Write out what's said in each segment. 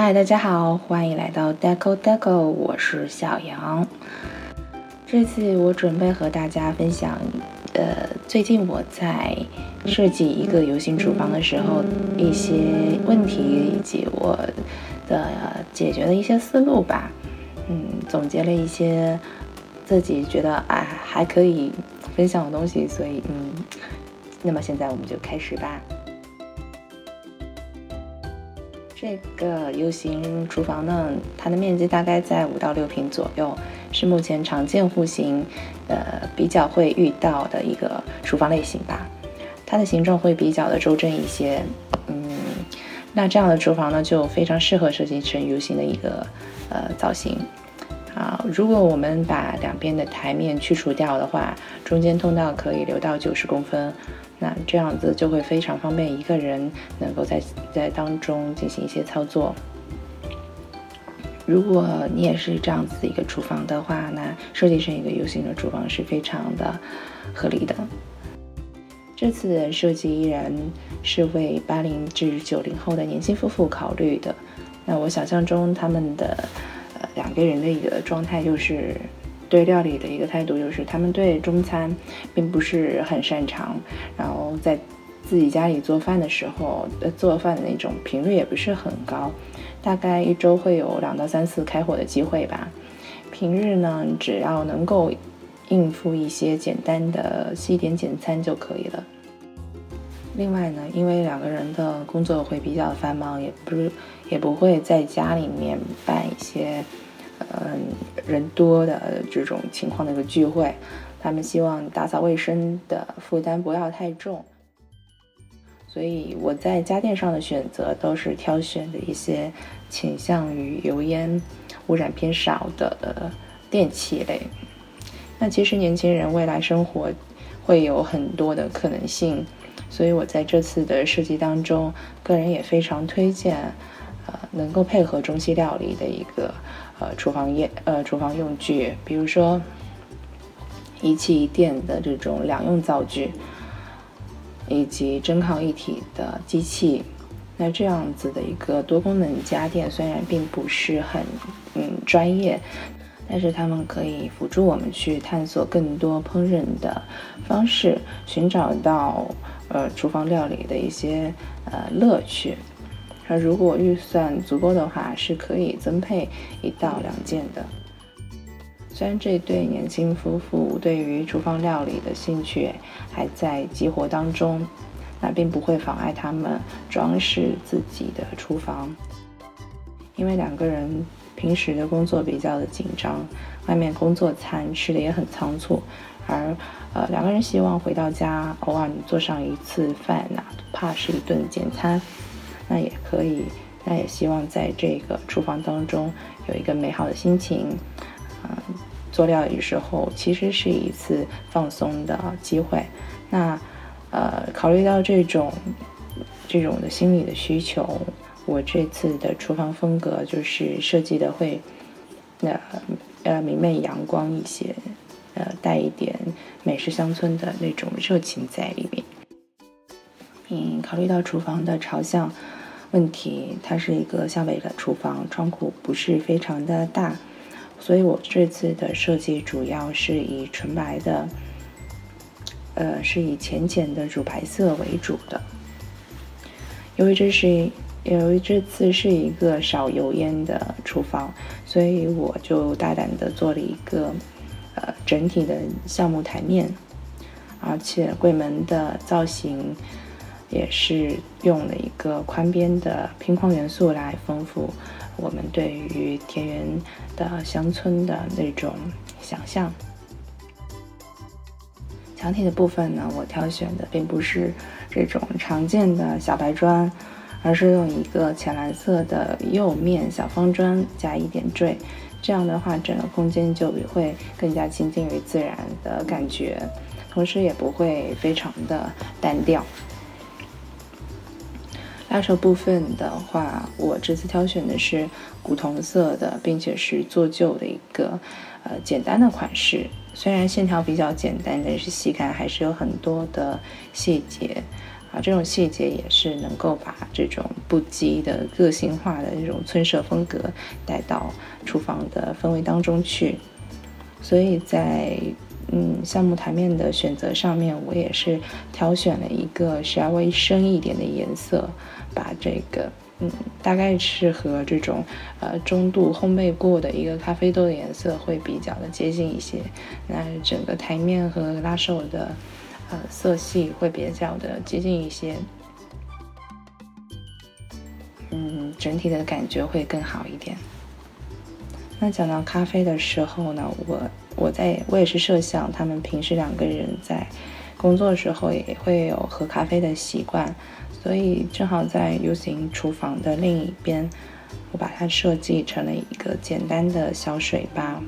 嗨，大家好，欢迎来到 Deco， 我是小杨。这次我准备和大家分享，最近我在设计一个 U 型厨房的时候，一些问题以及我的解决的一些思路吧。总结了一些自己觉得还可以分享的东西，所以那么现在我们就开始吧。这个 U 型厨房呢，它的面积大概在5到6平左右，是目前常见户型比较会遇到的一个厨房类型吧。它的形状会比较的周正一些，那这样的厨房呢就非常适合设计成 U 型的一个造型。如果我们把两边的台面去除掉的话，中间通道可以留到90公分，那这样子就会非常方便一个人能够在当中进行一些操作。如果你也是这样子的一个厨房的话，那设计成一个 U 型的厨房是非常的合理的。这次的设计依然是为80至90后的年轻夫妇考虑的。那我想象中他们的两个人的一个状态，就是对料理的一个态度，就是他们对中餐并不是很擅长，然后在自己家里做饭的时候，做饭的那种频率也不是很高，大概1周会有2到3次开火的机会吧。平日呢，只要能够应付一些简单的西点简餐就可以了。另外呢，因为两个人的工作会比较繁忙，也不会在家里面办一些人多的这种情况的一个聚会，他们希望打扫卫生的负担不要太重，所以我在家电上的选择都是挑选的一些倾向于油烟污染偏少的电器类。那其实年轻人未来生活会有很多的可能性，所以我在这次的设计当中，个人也非常推荐能够配合中西料理的一个厨房用具，比如说一气一电的这种两用灶具，以及蒸烤一体的机器。那这样子的一个多功能家电虽然并不是很专业，但是他们可以辅助我们去探索更多烹饪的方式，寻找到厨房料理的一些乐趣。如果预算足够的话，是可以增配1到2件的。虽然这对年轻夫妇对于厨房料理的兴趣还在激活当中，那并不会妨碍他们装饰自己的厨房。因为两个人平时的工作比较的紧张，外面工作餐吃的也很仓促，而两个人希望回到家偶尔做上一次饭，哪怕是一顿简餐，那也可以，那也希望在这个厨房当中有一个美好的心情。做料理的时候其实是一次放松的机会。那考虑到这种的心理的需求，我这次的厨房风格就是设计的会明媚阳光一些，带一点美式乡村的那种热情在里面。考虑到厨房的朝向问题，它是一个向北的厨房，窗户不是非常的大，所以我这次的设计主要是以纯白的是以浅浅的乳白色为主的。由于这次是一个少油烟的厨房，所以我就大胆的做了一个整体的橡木台面，而且柜门的造型也是用了一个宽边的拼框元素来丰富我们对于田园的乡村的那种想象。墙体的部分呢，我挑选的并不是这种常见的小白砖，而是用一个浅蓝色的釉面小方砖加一点缀，这样的话整个空间就会更加亲近于自然的感觉，同时也不会非常的单调。拉手部分的话，我这次挑选的是古铜色的，并且是做旧的一个简单的款式。虽然线条比较简单，但是细看还是有很多的细节这种细节也是能够把这种不羁的个性化的这种村舍风格带到厨房的氛围当中去。所以在橡木台面的选择上面，我也是挑选了一个稍微深一点的颜色，把这个大概适合这种中度烘焙过的一个咖啡豆的颜色会比较的接近一些。那整个台面和拉手的色系会比较的接近一些，整体的感觉会更好一点。那讲到咖啡的时候呢，我也是设想他们平时2个人在工作的时候也会有喝咖啡的习惯，所以正好在 U 型厨房的另一边，我把它设计成了一个简单的小水吧。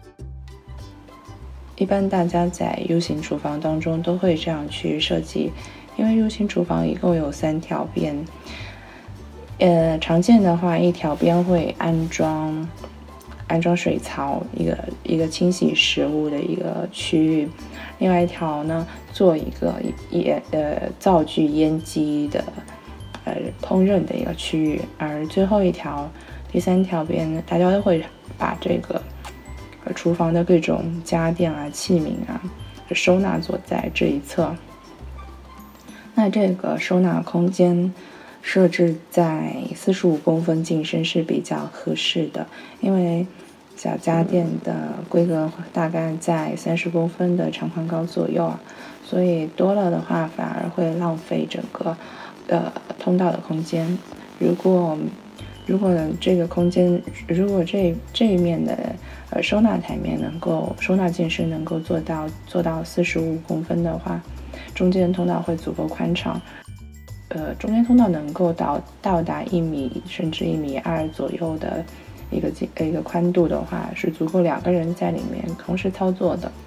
一般大家在 U 型厨房当中都会这样去设计，因为 U 型厨房一共有3条边，常见的话一条边会安装水槽，一个清洗食物的一个区域，另外一条呢做一个灶具烟机的烹饪的一个区域，而最后一条第3条边大家都会把这个厨房的各种家电器皿收纳做在这一侧。那这个收纳空间设置在45公分进深是比较合适的，因为小家电的规格大概在30公分的长宽高左右所以多了的话反而会浪费整个通道的空间。如果这个空间，如果这一面的收纳台面收纳进深能够做到45公分的话，中间通道会足够宽敞。中间通道能够到达1米甚至1.2米左右的一个宽度的话，是足够2个人在里面同时操作的。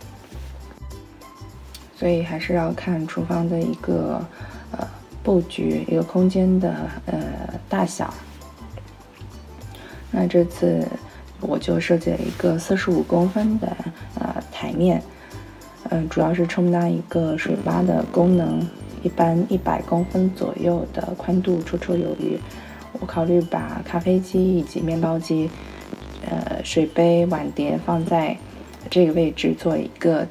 所以还是要看厨房的一个布局，一个空间的大小。那这次我就设计了一个45公分的台面，主要是充当一个水吧的功能。一般100公分左右的宽度绰绰有余。我考虑把咖啡机以及面包机、水杯、碗碟放在这个位置，做一个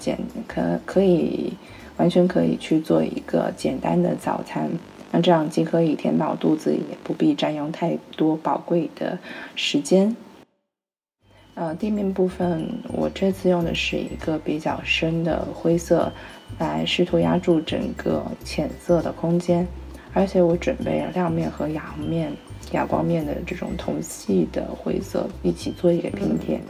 完全可以去做一个简单的早餐。那这样既可以填饱肚子，也不必占用太多宝贵的时间。地面部分我这次用的是一个比较深的灰色，来试图压住整个浅色的空间，而且我准备了亮面和哑光面的这种同系的灰色一起做一个拼贴。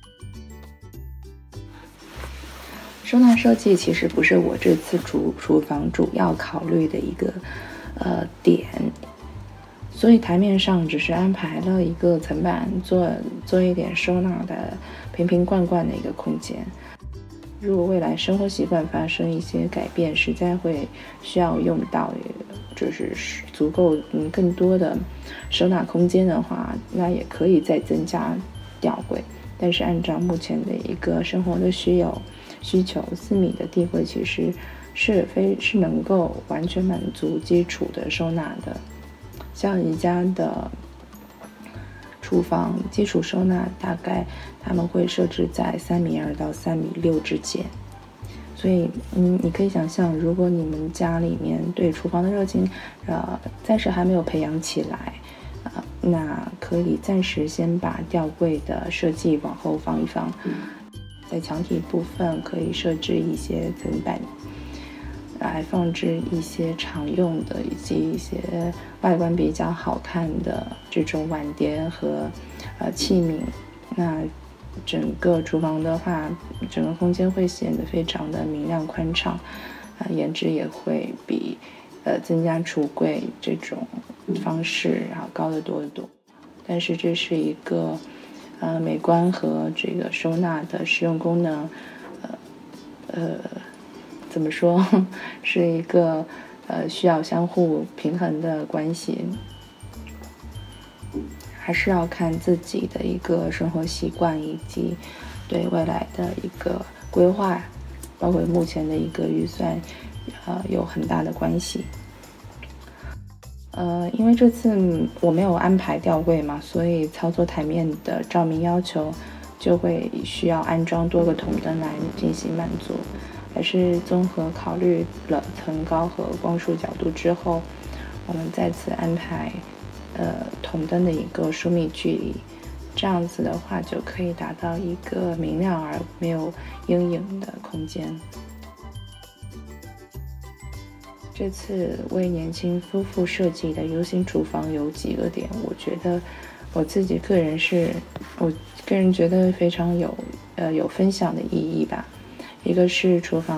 收纳设计其实不是我这次厨房主要考虑的一个点，所以台面上只是安排了一个层板，做一点收纳的瓶瓶罐罐的一个空间。如果未来生活习惯发生一些改变，实在会需要用到就是足够更多的收纳空间的话，那也可以再增加吊柜。但是按照目前的一个生活的需求，4米的地柜其实是能够完全满足基础的收纳的。像宜家的厨房基础收纳大概他们会设置在3.2米到3.6米之间，所以你可以想象，如果你们家里面对厨房的热情暂时还没有培养起来，那可以暂时先把吊柜的设计往后放一放，在墙体部分可以设置一些层板来放置一些常用的以及一些外观比较好看的这种碗碟和器皿。那整个厨房的话，整个空间会显得非常的明亮宽敞，颜值也会比增加橱柜这种方式高得多得多。但是这是一个美观和这个收纳的实用功能，怎么说，是一个需要相互平衡的关系。还是要看自己的一个生活习惯以及对未来的一个规划，包括目前的一个预算有很大的关系。 因为这次我没有安排吊柜嘛，所以操作台面的照明要求就会需要安装多个筒灯来进行满足。还是综合考虑了层高和光束角度之后，我们再次安排筒灯的一个疏密距离，这样子的话就可以达到一个明亮而没有阴影的空间。这次为年轻夫妇设计的 U 型厨房有几个点，我觉得我个人觉得非常有分享的意义吧。一个是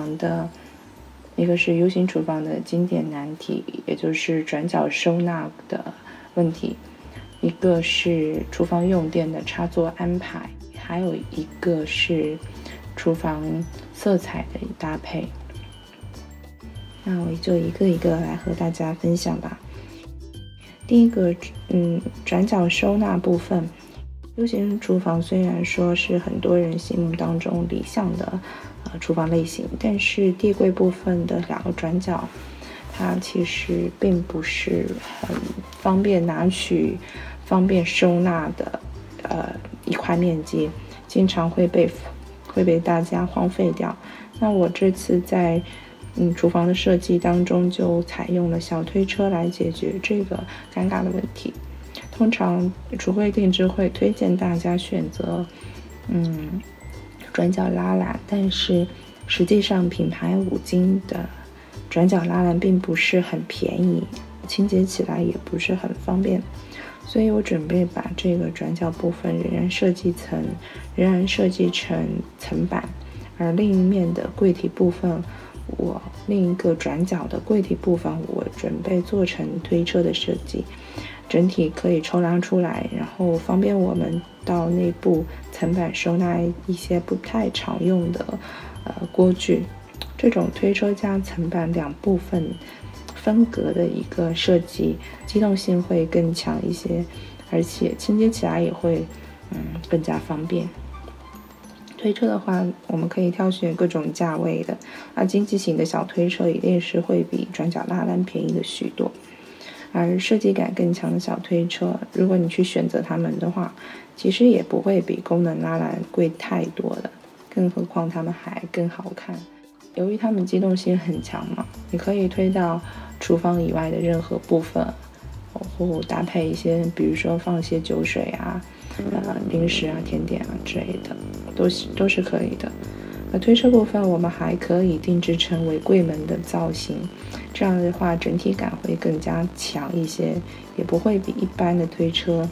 U 型厨房的经典难题，也就是转角收纳的问题；一个是厨房用电的插座安排，还有一个是厨房色彩的搭配。那我就一个一个来和大家分享吧。第一个，转角收纳部分。U 型厨房虽然说是很多人心目当中理想的厨房类型，但是地柜部分的2个转角，它其实并不是很方便拿取、方便收纳的一块面积，经常会被大家荒废掉。那我这次在厨房的设计当中就采用了小推车来解决这个尴尬的问题。通常橱柜定制会推荐大家选择转角拉篮，但是实际上品牌5金的转角拉篮并不是很便宜，清洁起来也不是很方便，所以我准备把这个转角部分仍然设计成层板，而另一面的柜体部分，另一个转角的柜体部分我准备做成推车的设计，整体可以抽拉出来，然后方便我们到内部层板收纳一些不太常用的锅具。这种推车加层板2部分分隔的一个设计，机动性会更强一些，而且清洁起来也会更加方便。推车的话，我们可以挑选各种价位的，经济型的小推车一定是会比转角拉篮便宜的许多。而设计感更强的小推车，如果你去选择它们的话，其实也不会比功能拉篮贵太多的，更何况它们还更好看。由于它们机动性很强嘛，你可以推到厨房以外的任何部分，或搭配一些，比如说放一些酒水啊、零食啊、甜点啊之类的，都是可以的。推车部分我们还可以定制成为柜门的造型，这样的话整体感会更加强一些，也不会比一般的推车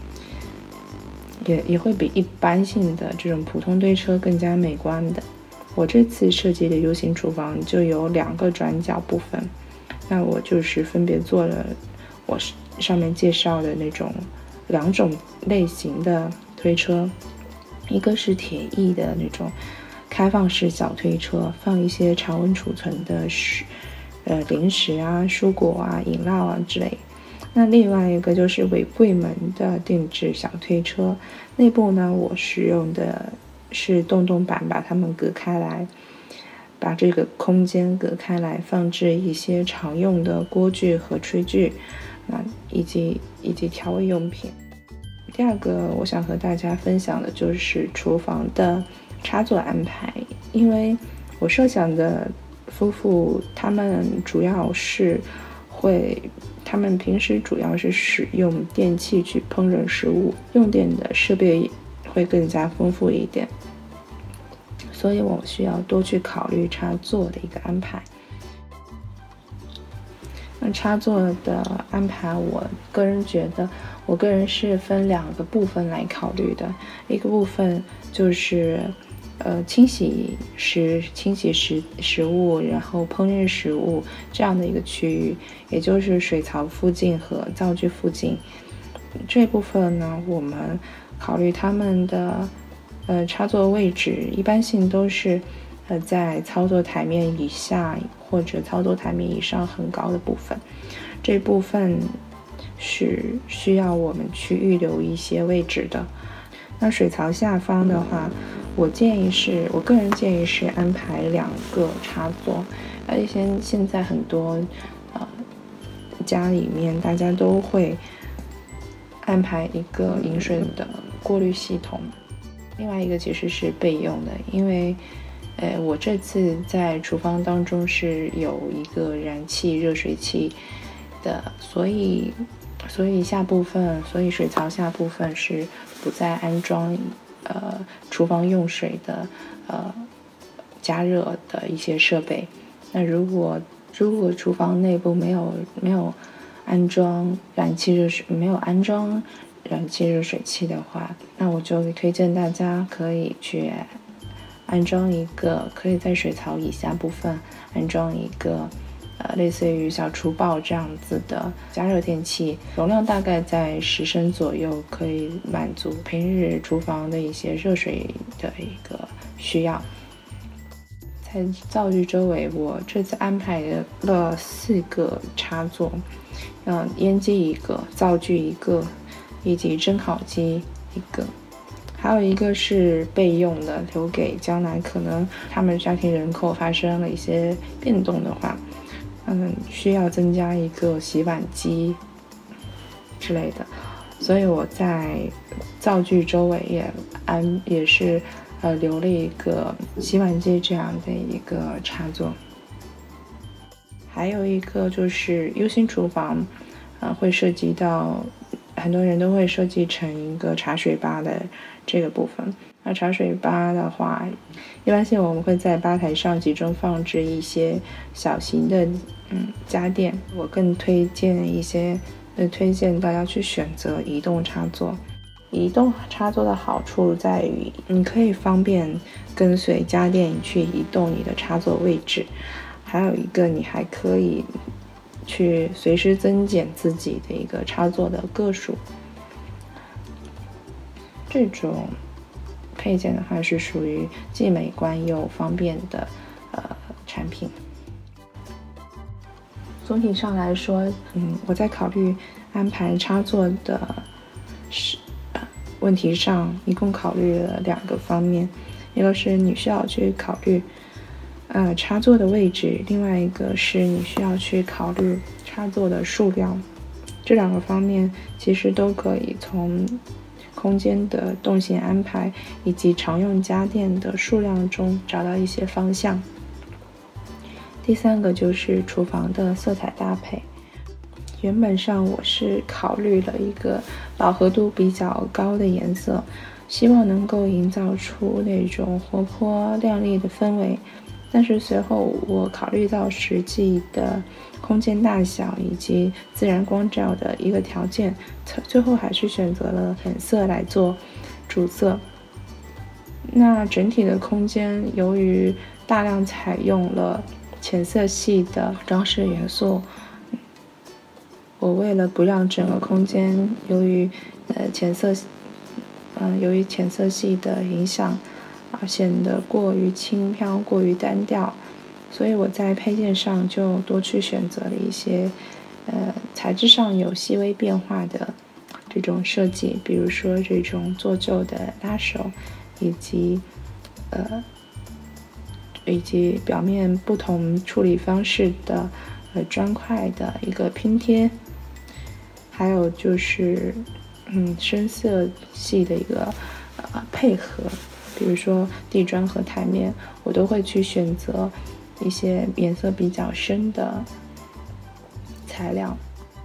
也会比一般性的这种普通推车更加美观的。我这次设计的 U 型厨房就有2个转角部分，那我就是分别做了我上面介绍的那种2种类型的推车，一个是铁艺的那种开放式小推车，放一些常温储存的零食啊、蔬果啊、饮料啊之类。那另外一个就是为柜门的定制小推车，内部呢我使用的是洞板，把它们隔开来，把这个空间隔开来，放置一些常用的锅具和炊具，以及调味用品。第2个我想和大家分享的就是厨房的插座安排，因为我设想的夫妇他们平时主要是使用电器去烹饪食物，用电的设备会更加丰富一点，所以我需要多去考虑插座的一个安排。那插座的安排，我个人是分2个部分来考虑的。一个部分就是清洗食物，然后烹饪食物这样的一个区域，也就是水槽附近和灶具附近。这部分呢，我们考虑它们的插座位置，一般性都是在操作台面以下或者操作台面以上很高的部分，这部分是需要我们去预留一些位置的。那水槽下方的话，我个人建议是安排2个插座，而且现在很多家里面大家都会安排一个饮水的过滤系统。另外一个其实是备用的，因为我这次在厨房当中是有一个燃气热水器的，所以水槽下部分是不再安装厨房用水的加热的一些设备。那如果厨房内部没有安装燃气热水器的话，那我就推荐大家可以去安装一个，可以在水槽以下部分安装一个类似于小厨宝这样子的加热电器，容量大概在10升左右，可以满足平日厨房的一些热水的一个需要。在灶具周围，我这次安排了4个插座，烟机1个，灶具1个，以及蒸烤机1个。还有一个是备用的，留给将来可能他们家庭人口发生了一些变动的话，需要增加一个洗碗机之类的。所以我在灶具周围也是留了一个洗碗机这样的一个插座。还有一个就是 U 型厨房会涉及到很多人都会设计成一个茶水吧的这个部分。那茶水吧的话，一般性我们会在吧台上集中放置一些小型的家电。我更推荐大家去选择移动插座。移动插座的好处在于你可以方便跟随家电去移动你的插座位置，还有一个你还可以去随时增减自己的一个插座的个数。这种配件的话是属于既美观又方便的产品。总体上来说，我在考虑安排插座的问题上，一共考虑了2个方面，一个是你需要去考虑插座的位置，另外一个是你需要去考虑插座的数量。这2个方面其实都可以从空间的动线安排以及常用家电的数量中找到一些方向。第3个就是厨房的色彩搭配。原本上我是考虑了一个饱和度比较高的颜色，希望能够营造出那种活泼亮丽的氛围。但是随后我考虑到实际的空间大小以及自然光照的一个条件，最后还是选择了浅色来做主色。那整体的空间由于大量采用了浅色系的装饰元素，我为了不让整个空间由于浅色系的影响而显得过于轻飘、过于单调，所以我在配件上就多去选择了一些材质上有细微变化的这种设计，比如说这种做旧的拉手，以及表面不同处理方式的砖块的一个拼贴，还有就是深色系的一个配合，比如说地砖和台面，我都会去选择一些颜色比较深的材料。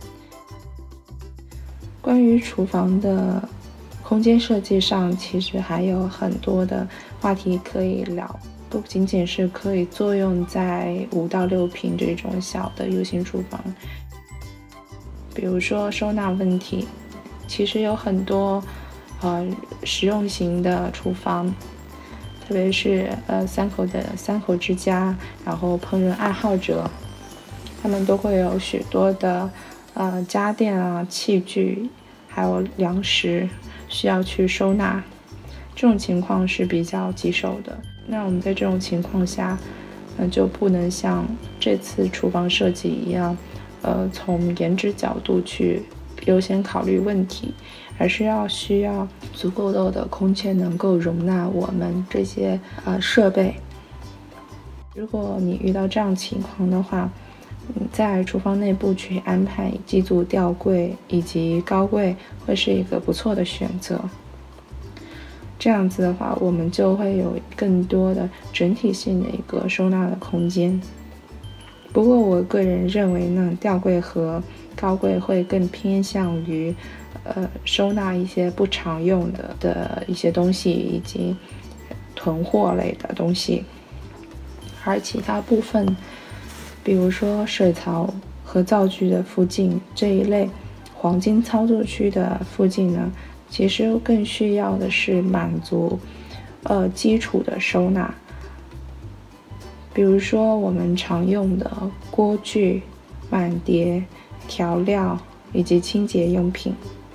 关于厨房的空间设计上，其实还有很多的话题可以聊，不仅仅是可以作用在5到6平这种小的 U 型厨房。比如说收纳问题，其实有很多实用型的厨房，特别是三口之家，然后烹饪爱好者，他们都会有许多的家电啊、器具，还有粮食需要去收纳。这种情况是比较棘手的。那我们在这种情况下，就不能像这次厨房设计一样，从颜值角度去优先考虑问题，而是需要足够多的空间能够容纳我们这些设备。如果你遇到这样情况的话， 在厨房内部去安排机组吊柜以及高柜会是一个不错的选择。这样子的话，我们就会有更多的整体性的一个收纳的空间。不过我个人认为呢，吊柜和高柜会更偏向于收纳一些不常用的一些东西以及囤货类的东西，而其他部分比如说水槽和灶具的附近这一类黄金操作区的附近呢，其实更需要的是满足基础的收纳，比如说我们常用的锅具、碗碟、调料以及清洁用品。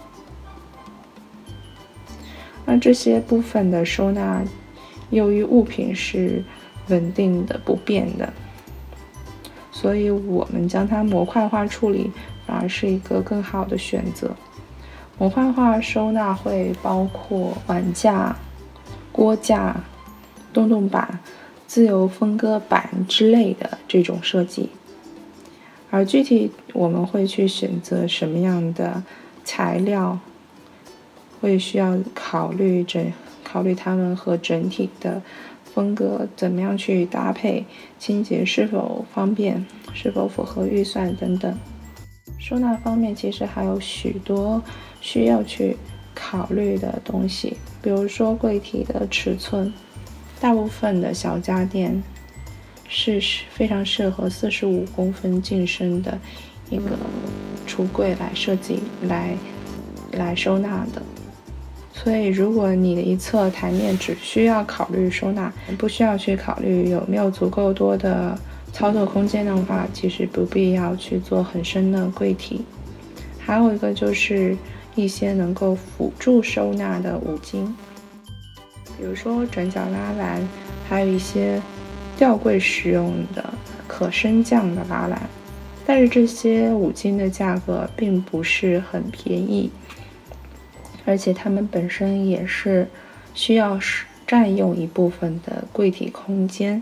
那这些部分的收纳，由于物品是稳定的不变的，所以我们将它模块化处理反而是一个更好的选择。模块化收纳会包括碗架、锅架、洞洞板、自由分割板之类的这种设计，而具体我们会去选择什么样的材料，会需要考虑它们和整体的风格怎么样去搭配，清洁是否方便，是否符合预算等等。收纳方面其实还有许多需要去考虑的东西，比如说柜体的尺寸，大部分的小家电是非常适合45公分进深的一个橱柜来设计来收纳的。所以如果你的一侧台面只需要考虑收纳，不需要去考虑有没有足够多的操作空间的话，其实不必要去做很深的柜体。还有一个就是一些能够辅助收纳的五金，比如说转角拉篮，还有一些吊柜使用的可升降的拉篮，但是这些五金的价格并不是很便宜，而且它们本身也是需要占用一部分的柜体空间。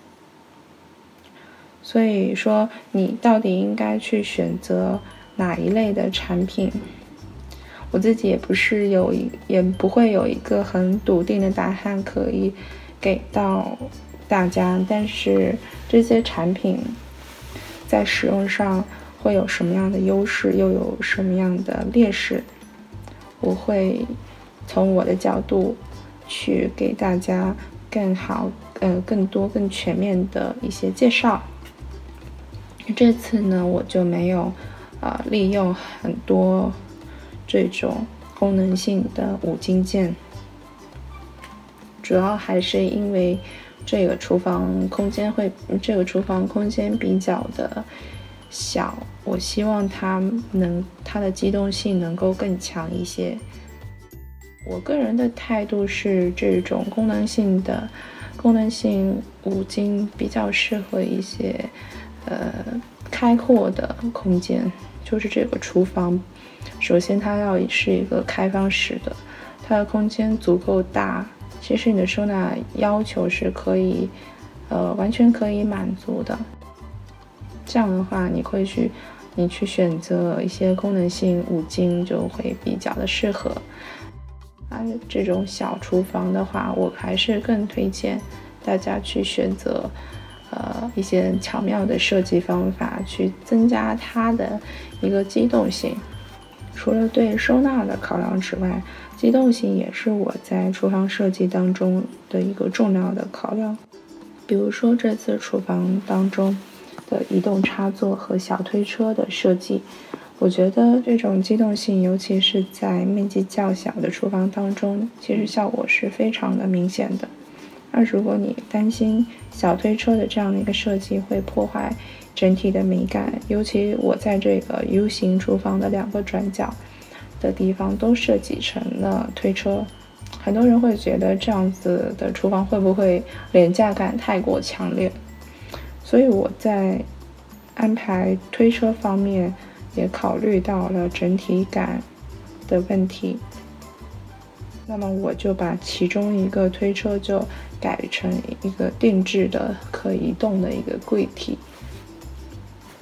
所以说你到底应该去选择哪一类的产品，我自己也不会有一个很笃定的答案可以给到大家，但是这些产品在使用上会有什么样的优势，又有什么样的劣势，我会从我的角度去给大家更多更全面的一些介绍。这次呢，我就没有利用很多这种功能性的五金件，主要还是因为这个厨房空间比较的小，我希望它的机动性能够更强一些。我个人的态度是，这种功能性五金比较适合一些开阔的空间，就是这个厨房，首先它要是一个开放式的，它的空间足够大，其实你的收纳要求是完全可以满足的。这样的话，你去选择一些功能性五金就会比较的适合。这种小厨房的话，我还是更推荐大家去选择一些巧妙的设计方法，去增加它的一个机动性。除了对收纳的考量之外，机动性也是我在厨房设计当中的一个重要的考量。比如说这次厨房当中的移动插座和小推车的设计，我觉得这种机动性，尤其是在面积较小的厨房当中，其实效果是非常的明显的。那如果你担心小推车的这样的一个设计会破坏整体的美感，尤其我在这个 U 型厨房的2个转角的地方都设计成了推车，很多人会觉得这样子的厨房会不会廉价感太过强烈，所以我在安排推车方面也考虑到了整体感的问题。那么我就把其中一个推车就改成一个定制的可移动的一个柜体。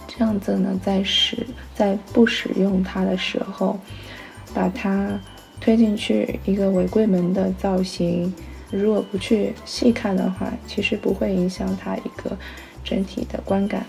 这样子呢，在不使用它的时候，把它推进去一个尾柜门的造型，如果不去细看的话，其实不会影响它一个整体的观感。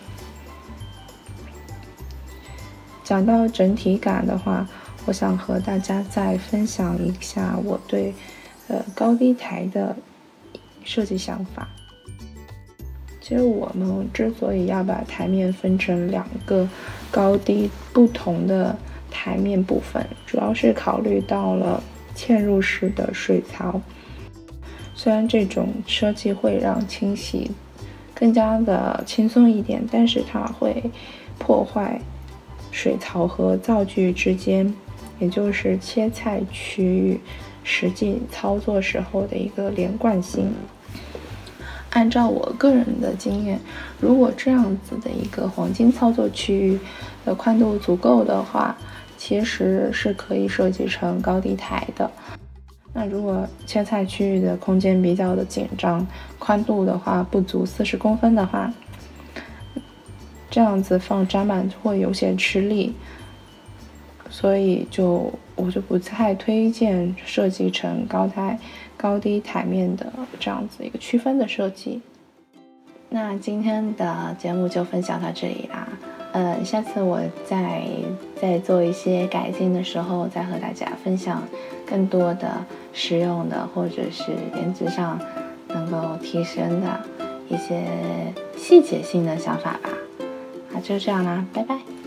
讲到整体感的话，我想和大家再分享一下我对高低台的设计想法。其实我们之所以要把台面分成2个高低不同的台面部分，主要是考虑到了嵌入式的水槽。虽然这种设计会让清洗更加的轻松一点，但是它会破坏水槽和灶具之间，也就是切菜区域实际操作时候的一个连贯性。按照我个人的经验，如果这样子的一个黄金操作区域的宽度足够的话，其实是可以设计成高低台的。那如果切菜区域的空间比较的紧张，宽度的话不足40公分的话，这样子放砧板会有些吃力，所以我就不太推荐设计成高低台面的这样子一个区分的设计。那今天的节目就分享到这里啦。下次我再做一些改进的时候，再和大家分享更多的实用的或者是颜值上能够提升的一些细节性的想法吧。就这样啦，拜拜。